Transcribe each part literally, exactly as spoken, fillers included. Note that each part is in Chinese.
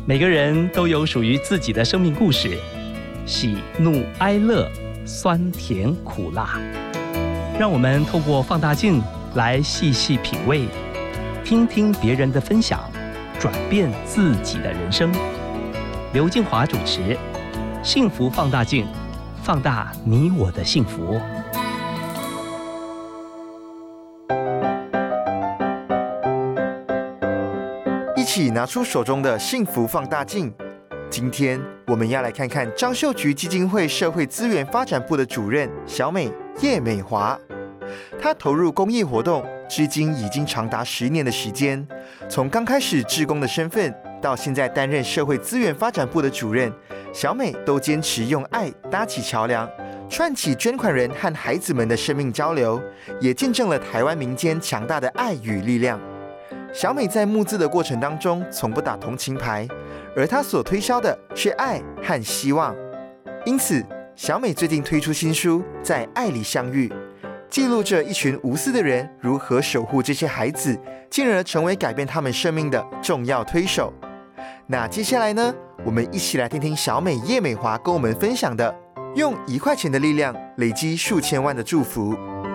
每个人都有属于自己的生命故事，喜怒哀乐，酸甜苦辣。让我们透过放大镜来细细品味，听听别人的分享，转变自己的人生。刘静华主持《幸福放大镜》，放大你我的幸福。 一起拿出手中的幸福放大镜。今天我们要来看看张秀菊基金会社会资源发展部的主任小美叶美华。她投入公益活动至今已经长达十年的时间，从刚开始志工的身份，到现在担任社会资源发展部的主任，小美都坚持用爱搭起桥梁，串起捐款人和孩子们的生命交流，也见证了台湾民间强大的爱与力量。小美在募资的过程当中从不打同情牌，而她所推销的是爱和希望。因此小美最近推出新书《在爱里相遇》，记录着一群无私的人如何守护这些孩子，进而成为改变他们生命的重要推手。那接下来呢，我们一起来听听小美叶美华跟我们分享的用一块钱的力量累积数千万的祝福。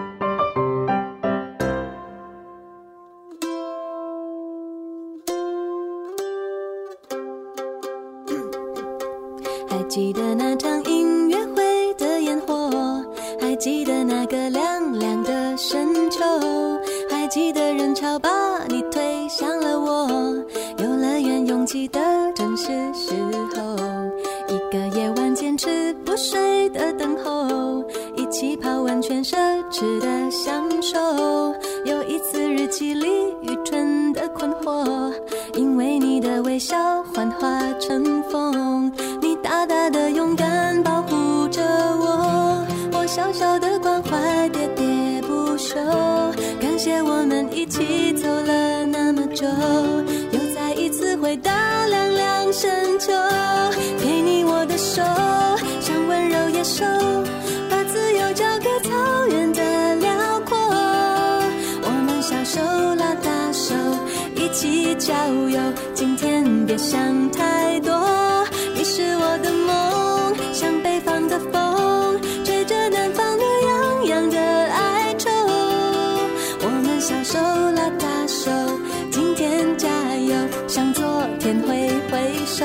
还记得那场音乐会的烟火，还记得那个凉凉的深秋，还记得人潮把你推向了我，游乐园拥挤的正是时候，一个夜晚坚持不睡的等候，一起泡温泉奢侈的享受，有一次日记里愚蠢的困惑，因为你的微笑幻化成风，你大大的勇敢保护着我，我小小的关怀喋喋不休，感谢我们一起走了那么久，又再一次回到凉凉深秋，给你我的手，像温柔野兽，把自由交给草原的辽阔，我们小手拉大手一起郊游，今天别想太多，你是我的梦，像北方的风，吹着南方的洋洋的哀愁，我们小手拉大手，今天加油，向昨天挥挥手。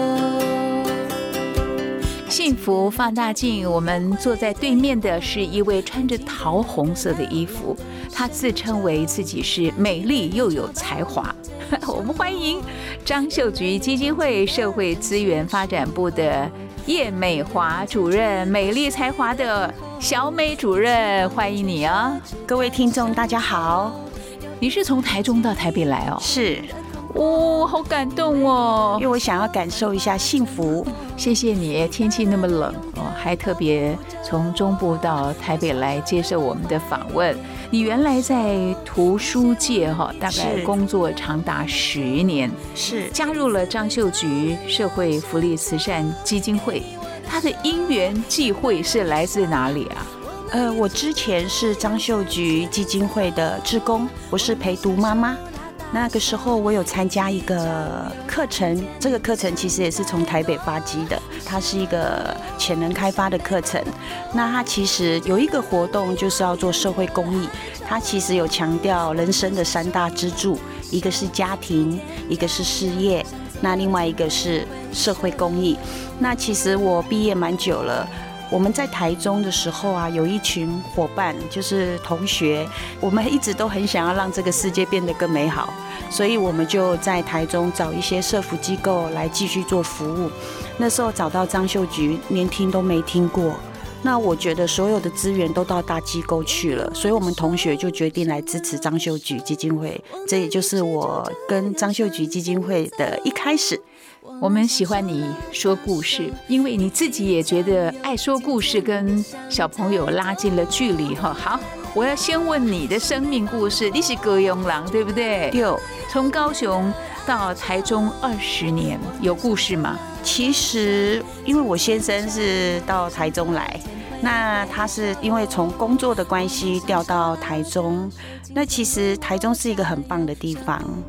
幸福放大镜，我们坐在对面的是一位穿着桃红色的衣服，她自称为自己是美丽又有才华。我们欢迎张秀菊基金会社会资源发展部的叶美华主任，美丽才华的小美主任，欢迎你啊！ 各位听众大家好。 你是从台中到台北来哦？ 是。 哦，好感动哦！ 因为我想要感受一下幸福。 谢谢你，天气那么冷哦，还特别从中部到台北来接受我们的访问。你原来在图书界哈，大概工作长达十年， 是加入了张秀菊社会福利慈善基金会。它的因缘际会是来自哪里啊？ 呃，我之前是张秀菊基金会的志工，我是陪读妈妈。那个时候我有参加一个课程，这个课程其实也是从台北发迹的，它是一个潜能开发的课程。那它其实有一个活动就是要做社会公益，它其实有强调人生的三大支柱，一个是家庭，一个是事业，那另外一个是社会公益。那其实我毕业蛮久了，我们在台中的时候啊，有一群伙伴，就是同学，我们一直都很想要让这个世界变得更美好，所以我们就在台中找一些社福机构来继续做服务。那时候找到张秀菊，连听都没听过。那我觉得所有的资源都到大机构去了，所以我们同学就决定来支持张秀菊基金会，这也就是我跟张秀菊基金会的一开始。 我们喜欢你说故事，因为你自己也觉得爱说故事，跟小朋友拉近了距离哈。好，我要先问你的生命故事。你是高雄人对不对？ 对。 从高雄到台中二十年，有故事吗？ 其实，因为我先生是到台中来，那他是因为从工作的关系调到台中。那其实台中是一个很棒的地方。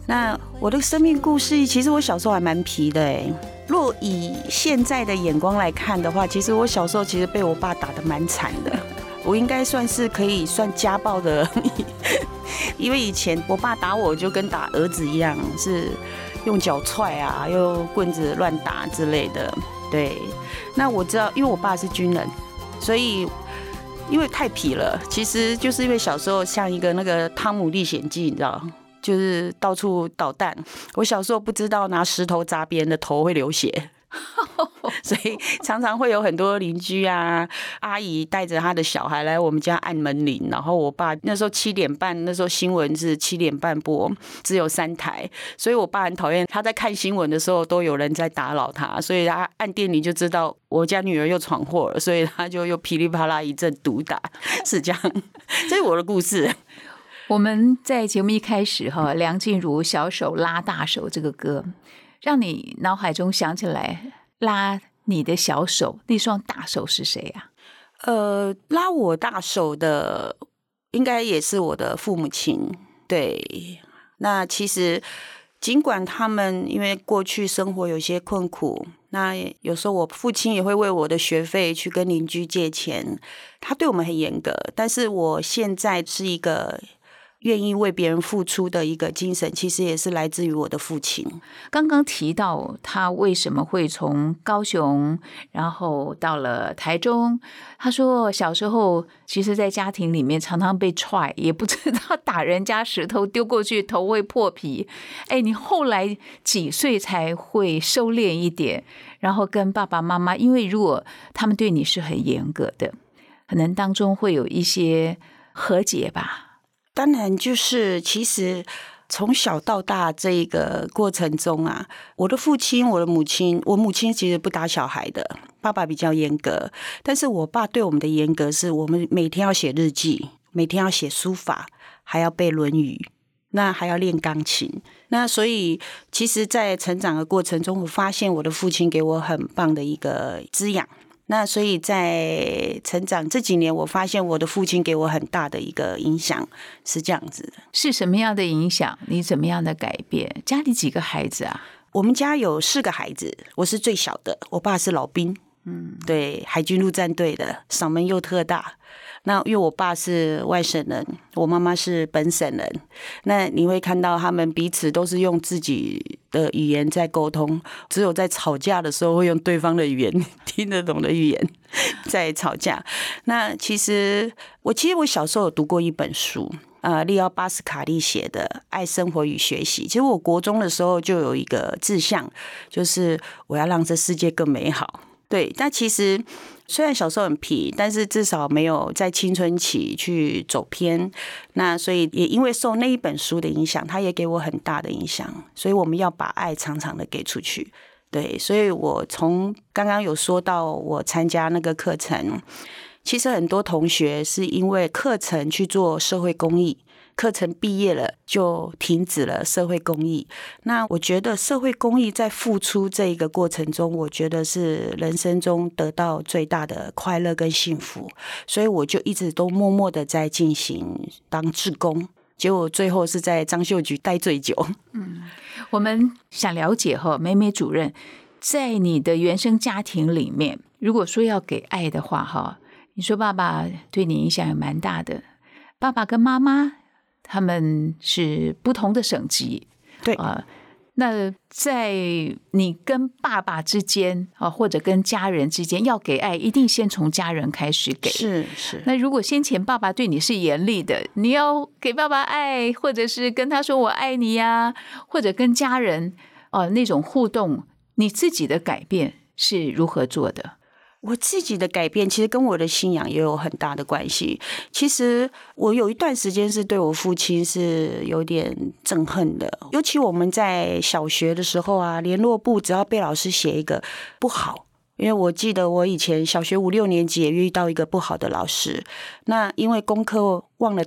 那我的生命故事，其实我小时候还蛮皮的哎。若以现在的眼光来看的话，其实我小时候其实被我爸打得蛮惨的，我应该算是可以算家暴的，因为以前我爸打我就跟打儿子一样，是用脚踹啊，用棍子乱打之类的。对，那我知道，因为我爸是军人，所以因为太皮了，其实就是因为小时候像一个那个《汤姆历险记》，你知道，就是到处捣蛋。我小时候不知道拿石头砸别人的头会流血。所以常常会有很多邻居啊、阿姨带着他的小孩来我们家按门铃，然后我爸那时候七点半，那时候新闻是七点半播，只有三台，所以我爸很讨厌他在看新闻的时候都有人在打扰他，所以他按电铃就知道我家女儿又闯祸了，所以他就又噼里啪啦一阵毒打，是这样。这是我的故事。 我们在节目一开始哈，梁静茹小手拉大手这个歌，让你脑海中想起来拉你的小手，那双大手是谁啊？ 呃，拉我大手的应该也是我的父母亲。对，那其实尽管他们因为过去生活有些困苦，那有时候我父亲也会为我的学费去跟邻居借钱，他对我们很严格，但是我现在是一个愿意为别人付出的一个精神，其实也是来自于我的父亲。 刚刚提到他为什么会从高雄然后到了台中，他说小时候其实在家庭里面常常被踹，也不知道打人家石头丢过去头会破皮。哎，你后来几岁才会收敛一点，然后跟爸爸妈妈，因为如果他们对你是很严格的，可能当中会有一些和解吧。 当然，就是其实从小到大这个过程中啊，我的父亲、我的母亲，我母亲其实不打小孩的，爸爸比较严格，但是我爸对我们的严格是我们每天要写日记，每天要写书法，还要背《论语》，那还要练钢琴。那所以其实在成长的过程中，我发现我的父亲给我很棒的一个滋养。那所以在成长这几年，我发现我的父亲给我很大的一个影响，是这样子的。 是什么样的影响？你怎么样的改变？家里几个孩子啊？ 我们家有四个孩子，我是最小的，我爸是老兵，嗯，对，海军陆战队的，嗓门又特大。那因为我爸是外省人，我妈妈是本省人，那你会看到他们彼此都是用自己的语言在沟通，只有在吵架的时候会用对方的语言听得懂的语言在吵架。那其实我其实我小时候有读过一本书，呃，利奥巴斯卡利写的《爱生活与学习》。其实我国中的时候就有一个志向，就是我要让这世界更美好。对，但其实虽然小时候很皮，但是至少没有在青春期去走偏。那所以也因为受那一本书的影响，它也给我很大的影响。所以我们要把爱常常的给出去。对，所以我从刚刚有说到我参加那个课程，其实很多同学是因为课程去做社会公益。课程毕业了就停止了社会公益。那我觉得社会公益在付出这一个过程中，我觉得是人生中得到最大的快乐跟幸福，所以我就一直都默默的在进行当志工，结果最后是在张秀菊待最久。 嗯，我们想了解哈，美美主任在你的原生家庭里面，如果说要给爱的话哈，你说爸爸对你影响也蛮大的，爸爸跟妈妈他们是不同的省级， 对啊、呃。那在你跟爸爸之间啊，或者跟家人之间要给爱，一定先从家人开始给。 是是。 那如果先前爸爸对你是严厉的，你要给爸爸爱，或者是跟他说我爱你呀、啊，或者跟家人啊、呃、那种互动，你自己的改变是如何做的？ 我自己的改变其实跟我的信仰也有很大的关系。其实我有一段时间是对我父亲是有点憎恨的，尤其我们在小学的时候啊，联络簿只要被老师写一个不好，因为我记得我以前小学五六年级也遇到一个不好的老师，那因为功课忘了带，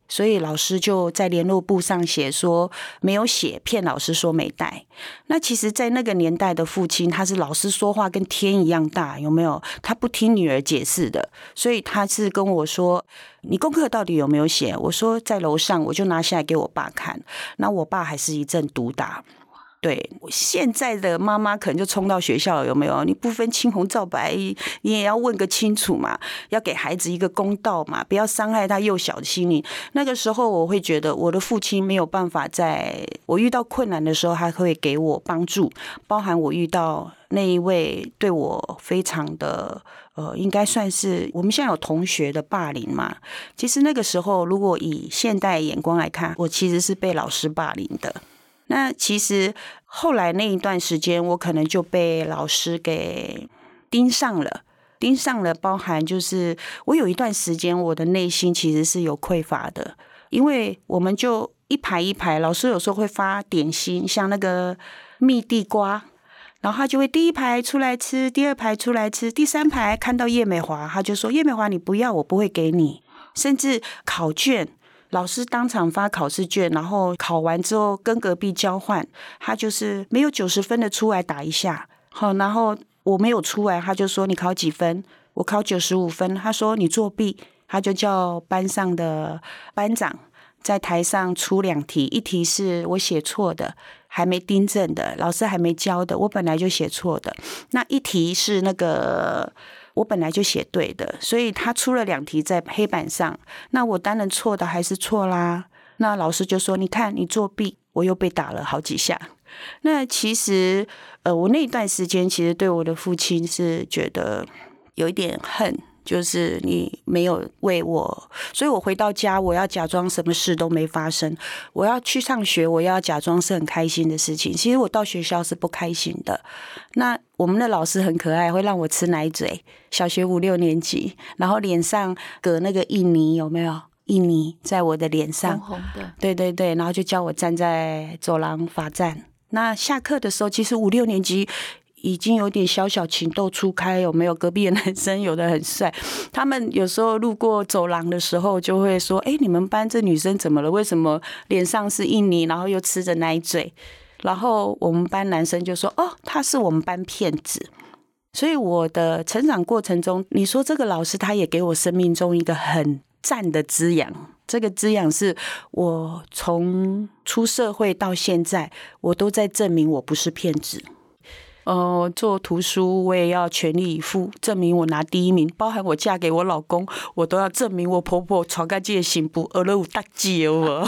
所以老师就在联络簿上写说没有写，骗老师说没带。那其实在那个年代的父亲，他是老师说话跟天一样大，有没有？他不听女儿解释的，所以他是跟我说你功课到底有没有写？我说在楼上，我就拿下来给我爸看，那我爸还是一阵毒打。对，现在的妈妈可能就冲到学校，有没有？你不分青红皂白，你也要问个清楚嘛，要给孩子一个公道嘛，不要伤害他幼小的心灵。那个时候我会觉得我的父亲没有办法在我遇到困难的时候，他会给我帮助，包含我遇到那一位对我非常的呃，应该算是我们现在有同学的霸凌嘛。其实那个时候，如果以现代眼光来看，我其实是被老师霸凌的。那其实后来那一段时间，我可能就被老师给盯上了，盯上了，包含就是我有一段时间，我的内心其实是有匮乏的，因为我们就一排一排，老师有时候会发点心，像那个蜜地瓜，然后他就会第一排出来吃，第二排出来吃，第三排看到叶美华，他就说叶美华你不要，我不会给你，甚至考卷。老师当场发考试卷，然后考完之后跟隔壁交换，他就是没有九十分的出来打一下，好，然后我没有出来，他就说你考几分？我考九十五分，他说你作弊，他就叫班上的班长在台上出两题，一题是我写错的，还没订正的，老师还没教的，我本来就写错的，那一题是那个。我本来就写对的，所以他出了两题在黑板上，那我当然错的还是错啦。那老师就说你看你作弊，我又被打了好几下。那其实呃，我那段时间其实对我的父亲是觉得有一点恨，就是你没有为我，所以我回到家我要假装什么事都没发生，我要去上学我要假装是很开心的事情，其实我到学校是不开心的。那我们的老师很可爱，会让我吃奶嘴，小学五六年级，然后脸上搁那个印泥，有没有印泥在我的脸上， 红红的， 对对对，然后就叫我站在走廊罚站。那下课的时候，其实五六年级已经有点小小情窦初开，有没有？隔壁的男生有的很帅，他们有时候路过走廊的时候就会说：“哎，你们班这女生怎么了？为什么脸上是印泥，然后又吃着奶嘴？”然后我们班男生就说：“哦，他是我们班骗子。”所以我的成长过程中，你说这个老师他也给我生命中一个很赞的滋养。这个滋养是我从出社会到现在，我都在证明我不是骗子。呃，做图书我也要全力以赴，证明我拿第一名，包含我嫁给我老公，我都要证明我婆婆传个这个幸福，而有大姐哦。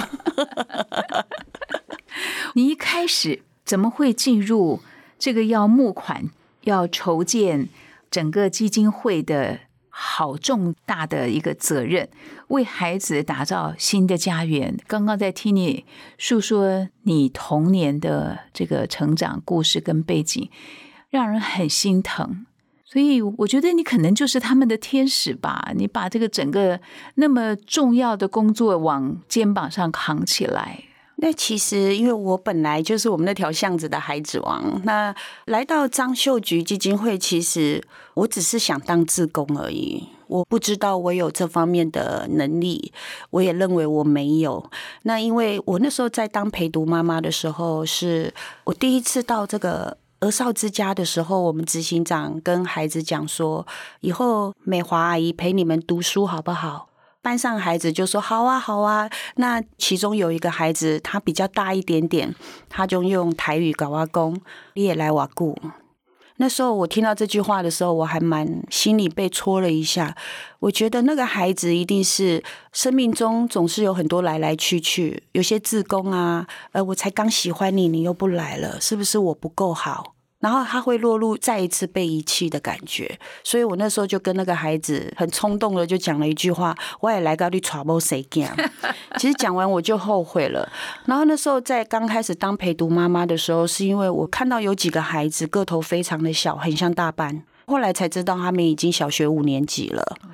你一开始怎么会进入这个要募款、要筹建整个基金会的好重大的一个责任，为孩子打造新的家园？刚刚在听你述说你童年的这个成长故事跟背景，让人很心疼。所以我觉得你可能就是他们的天使吧，你把这个整个那么重要的工作往肩膀上扛起来。 那其实因为我本来就是我们那条巷子的孩子王，那来到张秀菊基金会，其实我只是想当志工而已，我不知道我有这方面的能力，我也认为我没有。那因为我那时候在当陪读妈妈的时候，是我第一次到这个儿少之家的时候，我们执行长跟孩子讲说，以后美华阿姨陪你们读书好不好？班上孩子就说好啊好啊，那其中有一个孩子他比较大一点点，他就用台语跟我说你也来我顾。那时候我听到这句话的时候，我还蛮心里被戳了一下，我觉得那个孩子一定是生命中总是有很多来来去去，有些志工啊，呃，我才刚喜欢你你又不来了，是不是我不够好？然后他会落入再一次被遗弃的感觉，所以我那时候就跟那个孩子很冲动的就讲了一句话，我也来到你娶某谁干。其实讲完我就后悔了。然后那时候在刚开始当陪读妈妈的时候，是因为我看到有几个孩子个头非常的小，很像大班，后来才知道他们已经小学五年级了。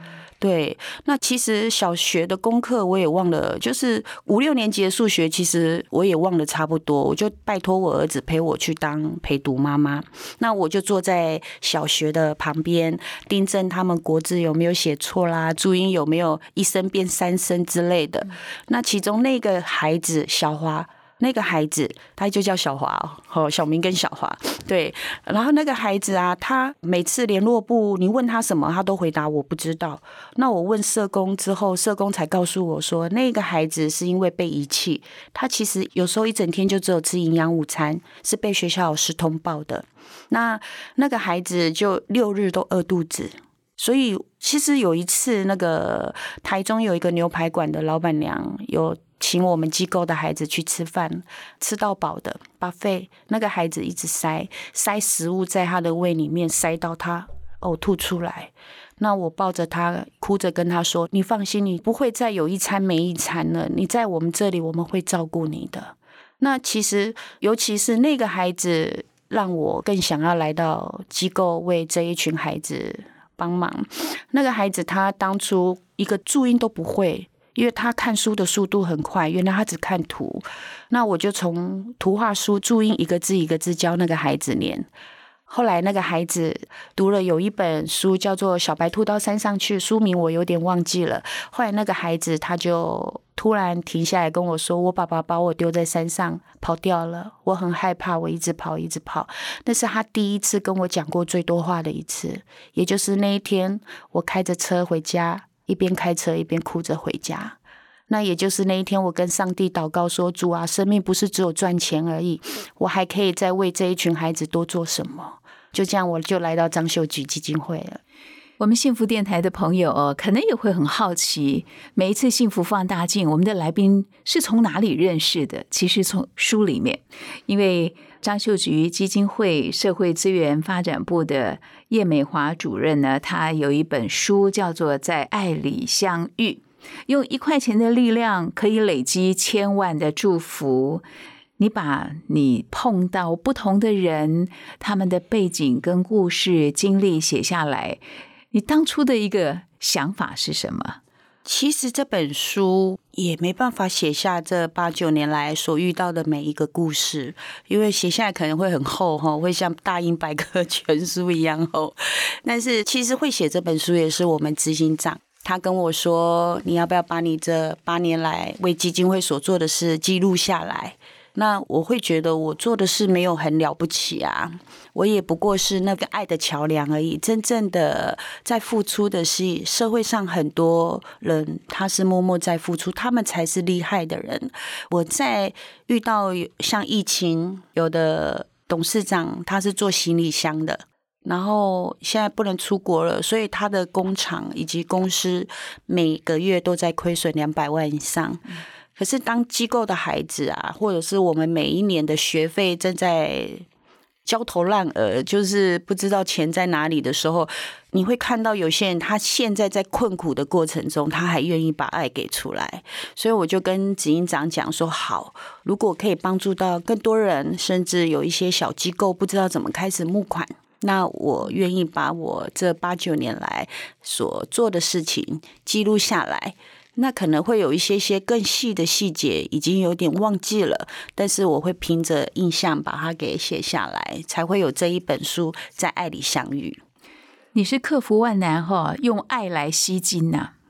对，那其实小学的功课我也忘了，就是五六年级的数学，其实我也忘了差不多。我就拜托我儿子陪我去当陪读妈妈，那我就坐在小学的旁边，订正他们国字有没有写错啦，注音有没有一声变三声之类的。那其中那个孩子小华。那个孩子他就叫小华哦，小明跟小华对，然后那个孩子啊，他每次联络部你问他什么，他都回答我不知道。那我问社工之后，社工才告诉我说，那个孩子是因为被遗弃，他其实有时候一整天就只有吃营养午餐，是被学校老师通报的。那那个孩子就六日都饿肚子。所以其实有一次，那个台中有一个牛排馆的老板娘有请我们机构的孩子去吃饭，吃到饱的 buffet， 那个孩子一直塞塞食物在他的胃里面，塞到他呕吐出来。那我抱着他哭着跟他说，你放心，你不会再有一餐没一餐了，你在我们这里我们会照顾你的。那其实尤其是那个孩子让我更想要来到机构为这一群孩子帮忙。那个孩子他当初一个注音都不会，因为他看书的速度很快，原来他只看图。那我就从图画书注音一个字一个字教那个孩子念。后来那个孩子读了有一本书叫做《小白兔到山上去》，书名我有点忘记了。后来那个孩子他就突然停下来跟我说，我爸爸把我丢在山上跑掉了，我很害怕，我一直跑一直跑。那是他第一次跟我讲过最多话的一次，也就是那一天我开着车回家，一边开车一边哭着回家。那也就是那一天我跟上帝祷告说，主啊，生命不是只有赚钱而已，我还可以再为这一群孩子多做什么。就这样我就来到张秀菊基金会了。 我们幸福电台的朋友哦，可能也会很好奇，每一次幸福放大镜，我们的来宾是从哪里认识的？其实从书里面，因为张秀菊基金会社会资源发展部的叶美华主任呢，他有一本书叫做《在爱里相遇》，用一块钱的力量可以累积千万的祝福。你把你碰到不同的人，他们的背景跟故事经历写下来，你当初的一个想法是什么？ 其实这本书也没办法写下这八九年来所遇到的每一个故事，因为写下来可能会很厚，会像大英百科全书一样厚。但是其实会写这本书也是我们执行长，他跟我说，你要不要把你这八年来为基金会所做的事记录下来？那我会觉得我做的事没有很了不起啊，我也不过是那个爱的桥梁而已。真正的在付出的是社会上很多人，他是默默在付出，他们才是厉害的人。我在遇到像疫情，有的董事长他是做行李箱的，然后现在不能出国了，所以他的工厂以及公司每个月都在亏损两百万以上。可是当机构的孩子啊，或者是我们每一年的学费正在焦头烂额，就是不知道钱在哪里的时候，你会看到有些人他现在在困苦的过程中，他还愿意把爱给出来。所以我就跟执行长讲说，好，如果可以帮助到更多人，甚至有一些小机构不知道怎么开始募款，那我愿意把我这八九年来所做的事情记录下来。那可能会有一些些更细的细节已经有点忘记了，但是我会凭着印象把它给写下来，才会有这一本书《在爱里相遇》。 你是克服万难哈，用爱来吸金呐、啊。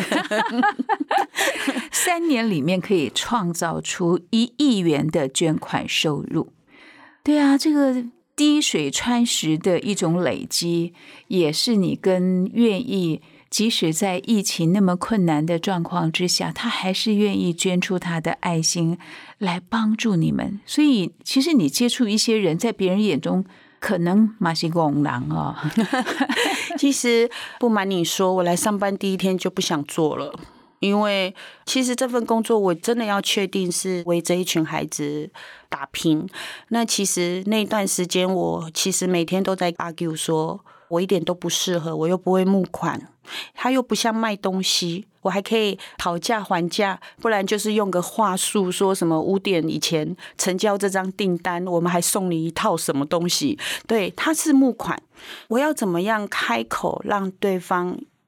三年里面可以创造出一亿元的捐款收入。对啊，这个滴水穿石的一种累积，也是你跟愿意即使在疫情那么困难的状况之下，他还是愿意捐出他的爱心来帮助你们。所以其实你接触一些人，在别人眼中可能嘛是戆人哦。 其实不瞒你说，我来上班第一天就不想做了，因为其实这份工作我真的要确定是为这一群孩子打拼。那其实那段时间我其实每天都在 argue 说我一点都不适合，我又不会募款，它又不像卖东西，我还可以讨价还价，不然就是用个话术说什么五点以前成交这张订单，我们还送你一套什么东西。对，它是募款，我要怎么样开口让对方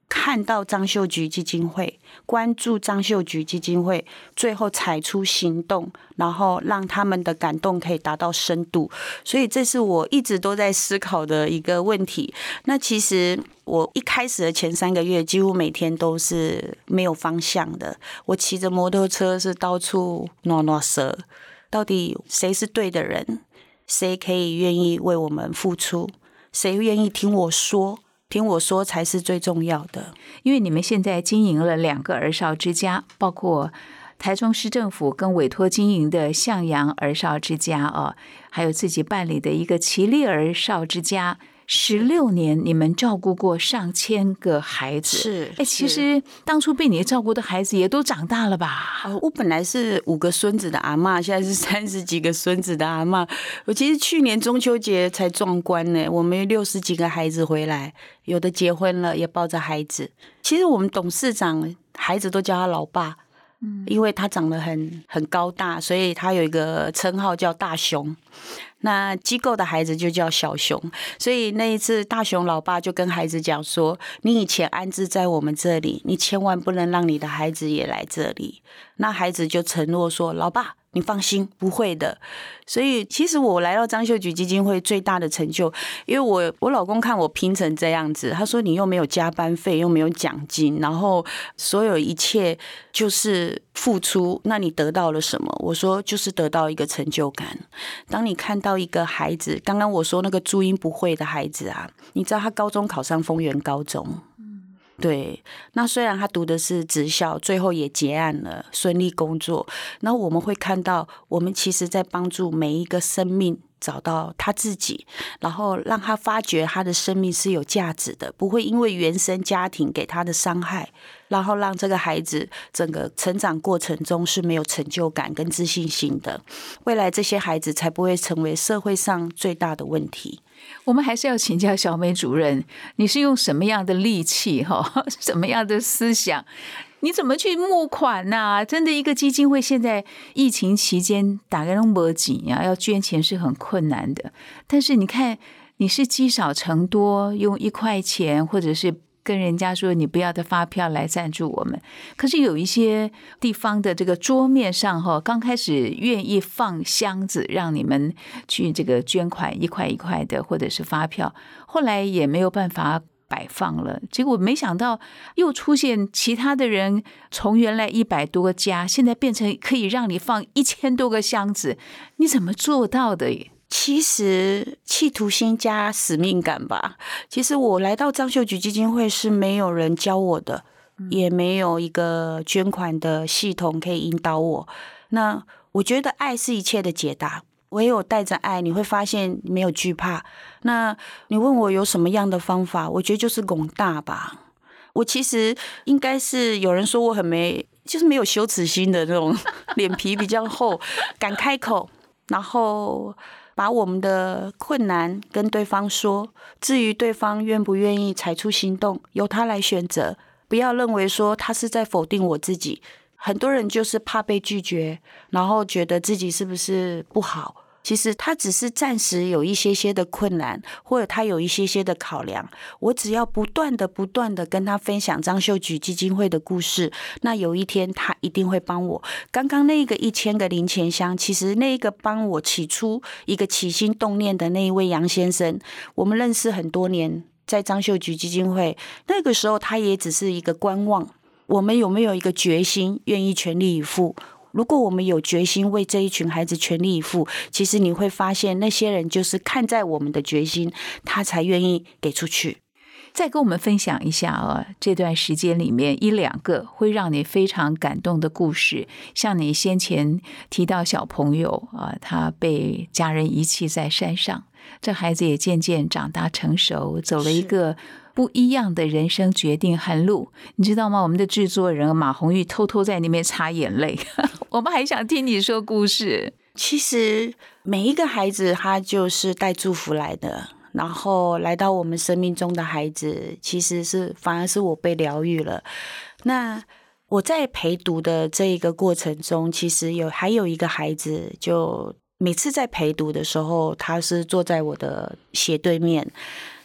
看到张秀菊基金会，关注张秀菊基金会，最后踩出行动，然后让他们的感动可以达到深度。所以这是我一直都在思考的一个问题。那其实我一开始的前三个月，几乎每天都是没有方向的。我骑着摩托车是到处挪挪蛇，到底谁是对的人？谁可以愿意为我们付出？谁愿意听我说？听我说才是最重要的。 因为你们现在经营了两个儿少之家，包括台中市政府跟委托经营的向阳儿少之家哦，还有自己办理的一个奇丽儿少之家。十六年，你们照顾过上千个孩子， 是。 哎，其实当初被你照顾的孩子也都长大了吧？ 哦，我本来是五个孙子的阿嬷，现在是三十几个孙子的阿嬷。我其实去年中秋节才壮观呢，我们六十几个孩子回来，有的结婚了，也抱着孩子。其实我们董事长孩子都叫他老爸。嗯，因为他长得很很高大，所以他有一个称号叫大熊。那机构的孩子就叫小熊，所以那一次大熊老爸就跟孩子讲说：“你以前安置在我们这里，你千万不能让你的孩子也来这里。”那孩子就承诺说：“老爸，你放心，不会的。”所以其实我来到张秀菊基金会最大的成就，因为我我老公看我拼成这样子，他说你又没有加班费，又没有奖金，然后所有一切就是付出，那你得到了什么？我说就是得到一个成就感。当你看到一个孩子，刚刚我说那个注音不会的孩子啊，你知道他高中考上丰原高中。对，那虽然他读的是职校，最后也结案了，顺利工作。然后我们会看到，我们其实在帮助每一个生命找到他自己，然后让他发觉他的生命是有价值的，不会因为原生家庭给他的伤害，然后让这个孩子整个成长过程中是没有成就感跟自信心的。未来这些孩子才不会成为社会上最大的问题。 我们还是要请教小美主任，你是用什么样的力气什么样的思想，你怎么去募款啊？真的一个基金会现在疫情期间大家都没钱啊，要捐钱是很困难的。但是你看你是积少成多，用一块钱或者是跟人家说你不要的发票来赞助我们。可是有一些地方的这个桌面上哈，刚开始愿意放箱子让你们去这个捐款一块一块的，或者是发票，后来也没有办法摆放了。结果没想到又出现其他的人，从原来一百多个家，现在变成可以让你放一千多个箱子，你怎么做到的耶？ 其实企图心加使命感吧。其实我来到张秀菊基金会是没有人教我的，也没有一个捐款的系统可以引导我。那我觉得爱是一切的解答，唯有带着爱，你会发现没有惧怕。那你问我有什么样的方法，我觉得就是拱大吧。我其实应该是有人说我很没，就是没有羞耻心的那种，脸皮比较厚，敢开口，然后把我们的困难跟对方说，至于对方愿不愿意采出行动，由他来选择。不要认为说他是在否定我自己，很多人就是怕被拒绝，然后觉得自己是不是不好。其实他只是暂时有一些些的困难，或者他有一些些的考量，我只要不断的不断的跟他分享张秀菊基金会的故事，那有一天他一定会帮我。刚刚那个一千个零钱箱，其实那个帮我起初一个起心动念的那一位杨先生，我们认识很多年，在张秀菊基金会那个时候他也只是一个观望，我们有没有一个决心愿意全力以赴？如果我们有决心为这一群孩子全力以赴，其实你会发现那些人就是看在我们的决心，他才愿意给出去。 再跟我们分享一下啊，这段时间里面一两个会让你非常感动的故事，像你先前提到小朋友啊，他被家人遗弃在山上，这孩子也渐渐长大成熟，走了一个不一样的人生决定和路。你知道吗？我们的制作人马红玉偷偷在那边擦眼泪我们还想听你说故事。 其实每一个孩子他就是带祝福来的，然后来到我们生命中的孩子，其实是反而是我被疗愈了。那我在陪读的这一个过程中，其实有还有一个孩子，就每次在陪读的时候，他是坐在我的斜对面。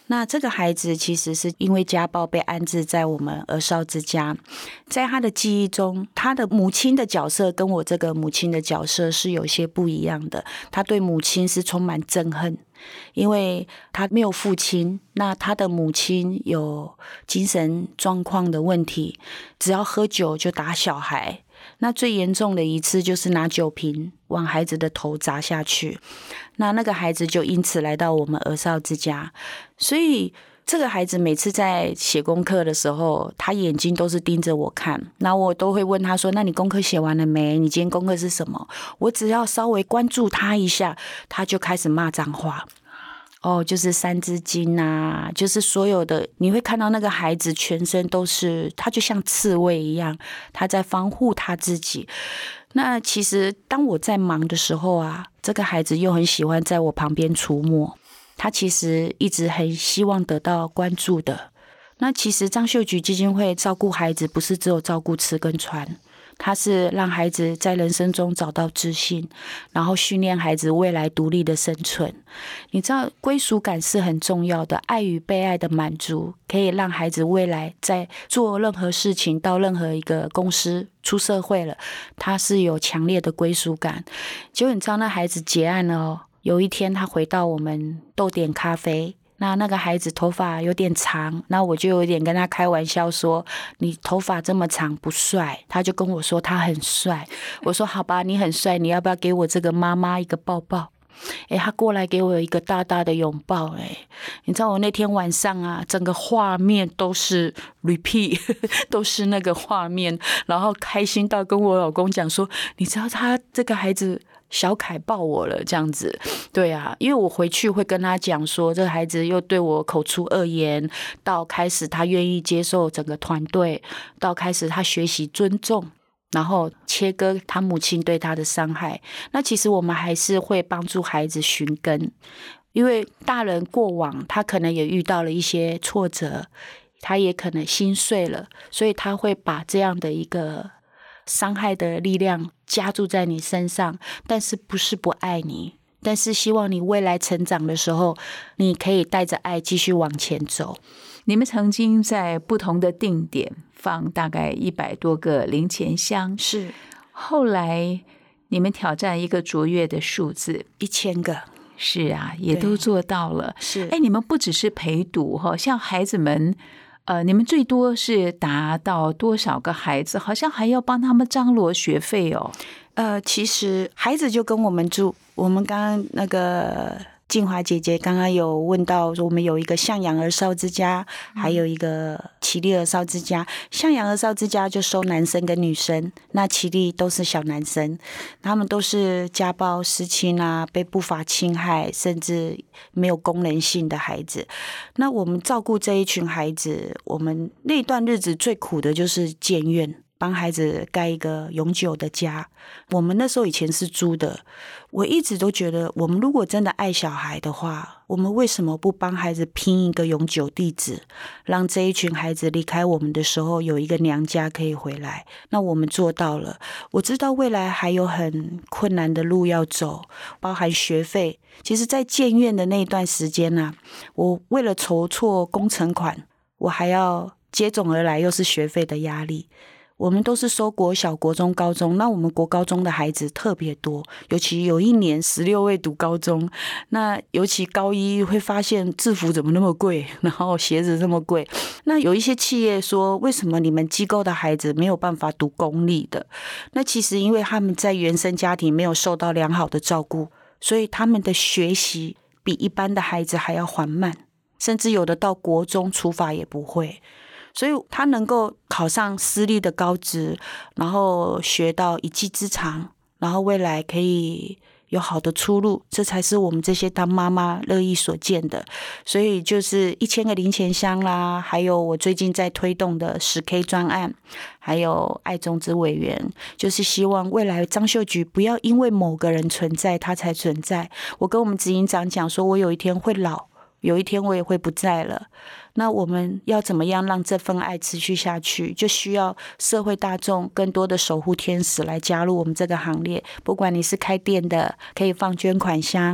那这个孩子其实是因为家暴被安置在我们儿少之家，在他的记忆中，他的母亲的角色跟我这个母亲的角色是有些不一样的。他对母亲是充满憎恨，因为他没有父亲，那他的母亲有精神状况的问题，只要喝酒就打小孩。那最严重的一次就是拿酒瓶往孩子的头砸下去，那那个孩子就因此来到我们儿少之家。所以这个孩子每次在写功课的时候，他眼睛都是盯着我看，那我都会问他说，那你功课写完了没？你今天功课是什么？我只要稍微关注他一下，他就开始骂脏话。哦，就是三字经啊，就是所有的，你会看到那个孩子全身都是，他就像刺猬一样，他在防护他自己。那其实当我在忙的时候啊，这个孩子又很喜欢在我旁边出没，他其实一直很希望得到关注的。那其实张秀菊基金会照顾孩子，不是只有照顾吃跟穿，他是让孩子在人生中找到自信，然后训练孩子未来独立的生存。你知道归属感是很重要的，爱与被爱的满足可以让孩子未来在做任何事情，到任何一个公司出社会了，他是有强烈的归属感。结果你知道那孩子结案了哦，有一天他回到我们豆点咖啡，那那个孩子头发有点长，那我就有点跟他开玩笑说，你头发这么长不帅。他就跟我说他很帅，我说好吧，你很帅，你要不要给我这个妈妈一个抱抱？诶，他过来给我一个大大的拥抱。诶，你知道我那天晚上啊，整个画面都是 repeat 都是那个画面，然后开心到跟我老公讲说，你知道他这个孩子小凯抱我了，这样子。对啊，因为我回去会跟他讲说，这个孩子又对我口出恶言，到开始他愿意接受整个团队，到开始他学习尊重，然后切割他母亲对他的伤害。那其实我们还是会帮助孩子寻根，因为大人过往他可能也遇到了一些挫折，他也可能心碎了，所以他会把这样的一个伤害的力量加注在你身上，但是不是不爱你，但是希望你未来成长的时候，你可以带着爱继续往前走。 你们曾经在不同的定点放大概一百多个零钱箱， 是后来你们挑战一个卓越的数字， 一千个。 是啊，也都做到了。 是， 哎，你们不只是陪读哈，像孩子们，呃，你们最多是达到多少个孩子？好像还要帮他们张罗学费哦。 呃，其实孩子就跟我们住，我们刚刚那个静华姐姐刚刚有问到，我们有一个向阳儿少之家，还有一个奇力儿少之家。向阳儿少之家就收男生跟女生，那奇力都是小男生，他们都是家暴、失亲啊，被不法侵害，甚至没有功能性的孩子。那我们照顾这一群孩子，我们那段日子最苦的就是建院，帮孩子盖一个永久的家。我们那时候以前是租的，我一直都觉得，我们如果真的爱小孩的话，我们为什么不帮孩子拼一个永久地址，让这一群孩子离开我们的时候有一个娘家可以回来？那我们做到了。我知道未来还有很困难的路要走，包含学费。其实在建院的那段时间啊，我为了筹措工程款，我还要接踵而来又是学费的压力。我们都是收国小、国中、高中，那我们国高中的孩子特别多，尤其有一年十六位读高中，那尤其高一会发现制服怎么那么贵，然后鞋子这么贵。那有一些企业说，为什么你们机构的孩子没有办法读公立的？那其实因为他们在原生家庭没有受到良好的照顾，所以他们的学习比一般的孩子还要缓慢，甚至有的到国中除法也不会。所以他能够考上私立的高职，然后学到一技之长，然后未来可以有好的出路，这才是我们这些当妈妈乐意所见的。所以就是一千个零钱箱啦，还有我最近在推动的十 K 专案，还有爱种子委员，就是希望未来张秀菊不要因为某个人存在他才存在。我跟我们执行长讲说，我有一天会老，有一天我也会不在了，那我们要怎么样让这份爱持续下去，就需要社会大众更多的守护天使来加入我们这个行列。不管你是开店的，可以放捐款箱，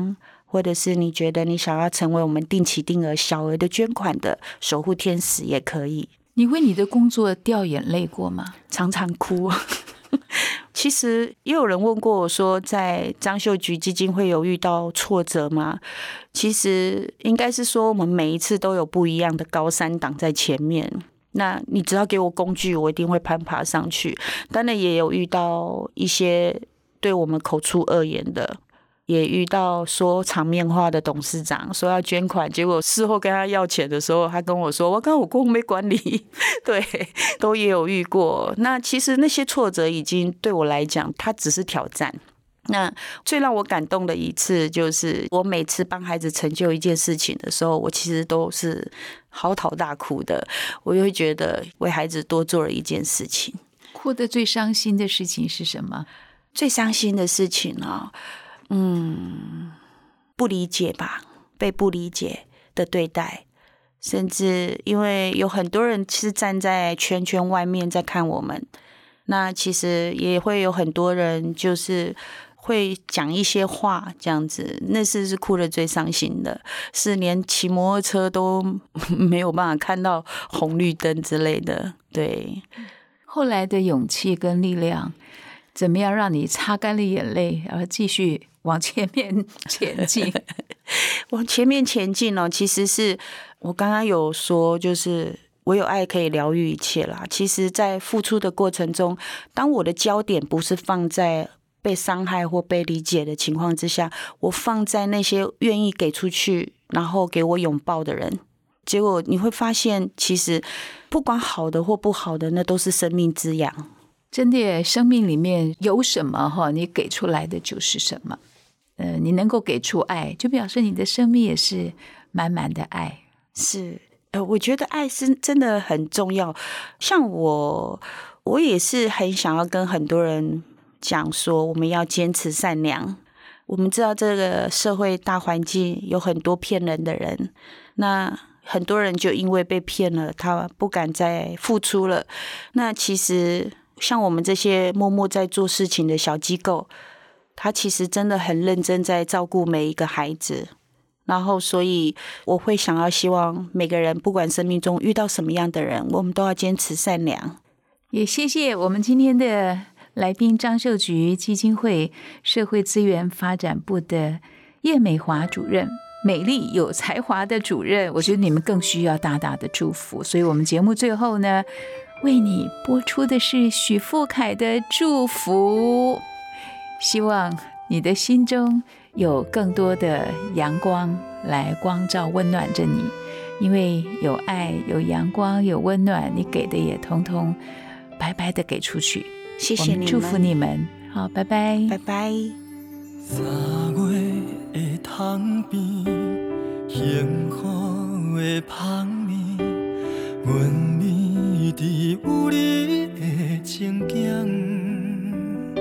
或者是你觉得你想要成为我们定期定额小额的捐款的守护天使也可以。 你为你的工作掉眼泪过吗？ 常常哭。其实也有人问过我说，在张秀菊基金会有遇到挫折吗？其实应该是说，我们每一次都有不一样的高山挡在前面。那你只要给我工具，我一定会攀爬上去。当然也有遇到一些对我们口出恶言的，也遇到说场面话的董事长说要捐款，结果事后跟他要钱的时候，他跟我说我刚我公没管理。对，都也有遇过。那其实那些挫折已经对我来讲，它只是挑战。那最让我感动的一次，就是我每次帮孩子成就一件事情的时候，我其实都是嚎啕大哭的。我就会觉得为孩子多做了一件事情。 哭得最伤心的事情是什么？ 最伤心的事情啊、哦，嗯，不理解吧，被不理解的对待，甚至因为有很多人是站在圈圈外面在看我们，那其实也会有很多人就是会讲一些话，这样子，那次是哭得最伤心的，是连骑摩托车都没有办法看到红绿灯之类的。对， 后来的勇气跟力量，怎么样让你擦干了眼泪，然后继续往前面前进？ 往前面前进哦，其实是我刚刚有说，就是我有爱可以疗愈一切啦。其实，在付出的过程中，当我的焦点不是放在被伤害或被理解的情况之下，我放在那些愿意给出去，然后给我拥抱的人，结果你会发现，其实不管好的或不好的，那都是生命滋养。 真的耶，生命里面有什么哈，你给出来的就是什么。呃，你能够给出爱，就表示你的生命也是满满的爱。 是，呃，我觉得爱是真的很重要。像我，我也是很想要跟很多人讲说，我们要坚持善良。我们知道这个社会大环境有很多骗人的人，那很多人就因为被骗了，他不敢再付出了。那其实像我们这些默默在做事情的小机构，他其实真的很认真在照顾每一个孩子。然后所以我会想要希望每个人不管生命中遇到什么样的人，我们都要坚持善良。 也谢谢我们今天的来宾，张秀菊基金会社会资源发展部的叶美华主任，美丽有才华的主任。我觉得你们更需要大大的祝福，所以我们节目最后呢，为你播出的是许富凯的祝福，希望你的心中有更多的阳光来光照温暖着你，因为有爱有阳光有温暖，你给的也通通白白的给出去。 谢谢你们， 祝福你们。好，拜拜， 拜拜。 三月的塘边，幸福的香味，阮美伫有你的情景。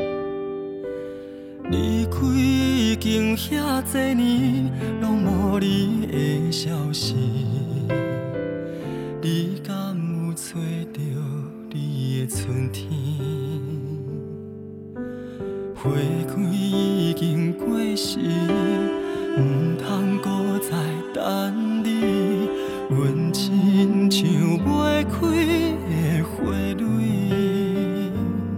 离开已经遐多年，拢无你的消息。你敢有找到你的春天？花开已经过时，唔通搁再等你。阮亲像袂开的花蕊，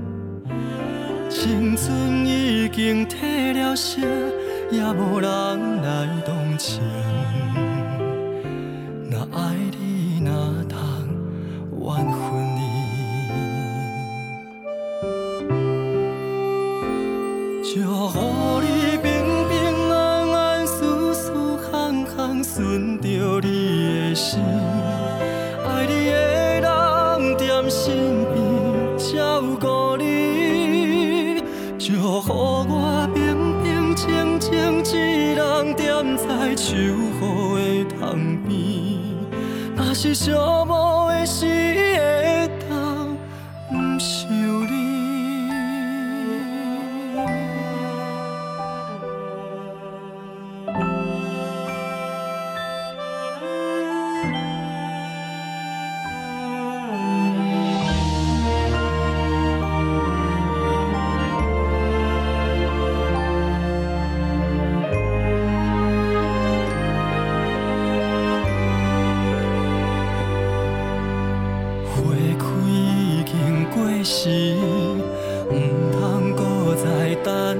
青春已经褪了色，也无人来同情。若爱你，哪通怨恨你？祝福你平平安安，舒舒康康，顺着你的心。爱你的人踮身边照顾你，祝福我平平静静一人踮在秋雨的塘边。若是寂寞的时会当不想你。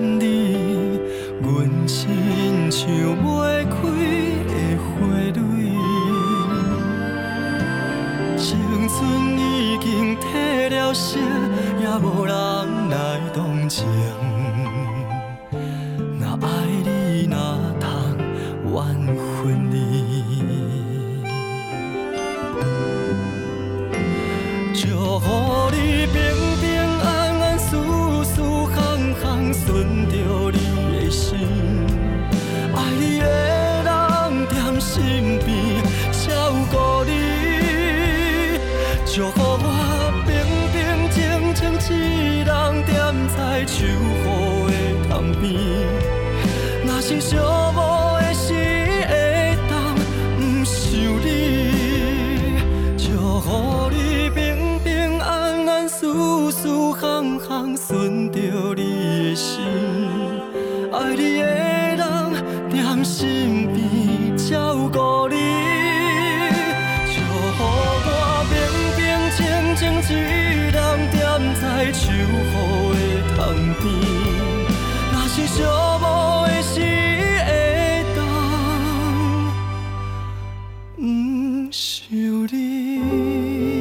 你，阮亲像袂开的花蕊，青春已经褪了色，也无人来同情。若爱你，哪通缘分你？祝福你平平安安，事事行行顺着你的心。爱你的人踮身边照顾你，祝福我平平静静一人踮在树雨的塘边。若是寂寞的时会当不想你，祝福你平平安安，事事行行顺着你的心。爱你的人踮身边照顾你，祝福我平平静静一人踮在树雨的塘边。若是寂寞的时会当不想你。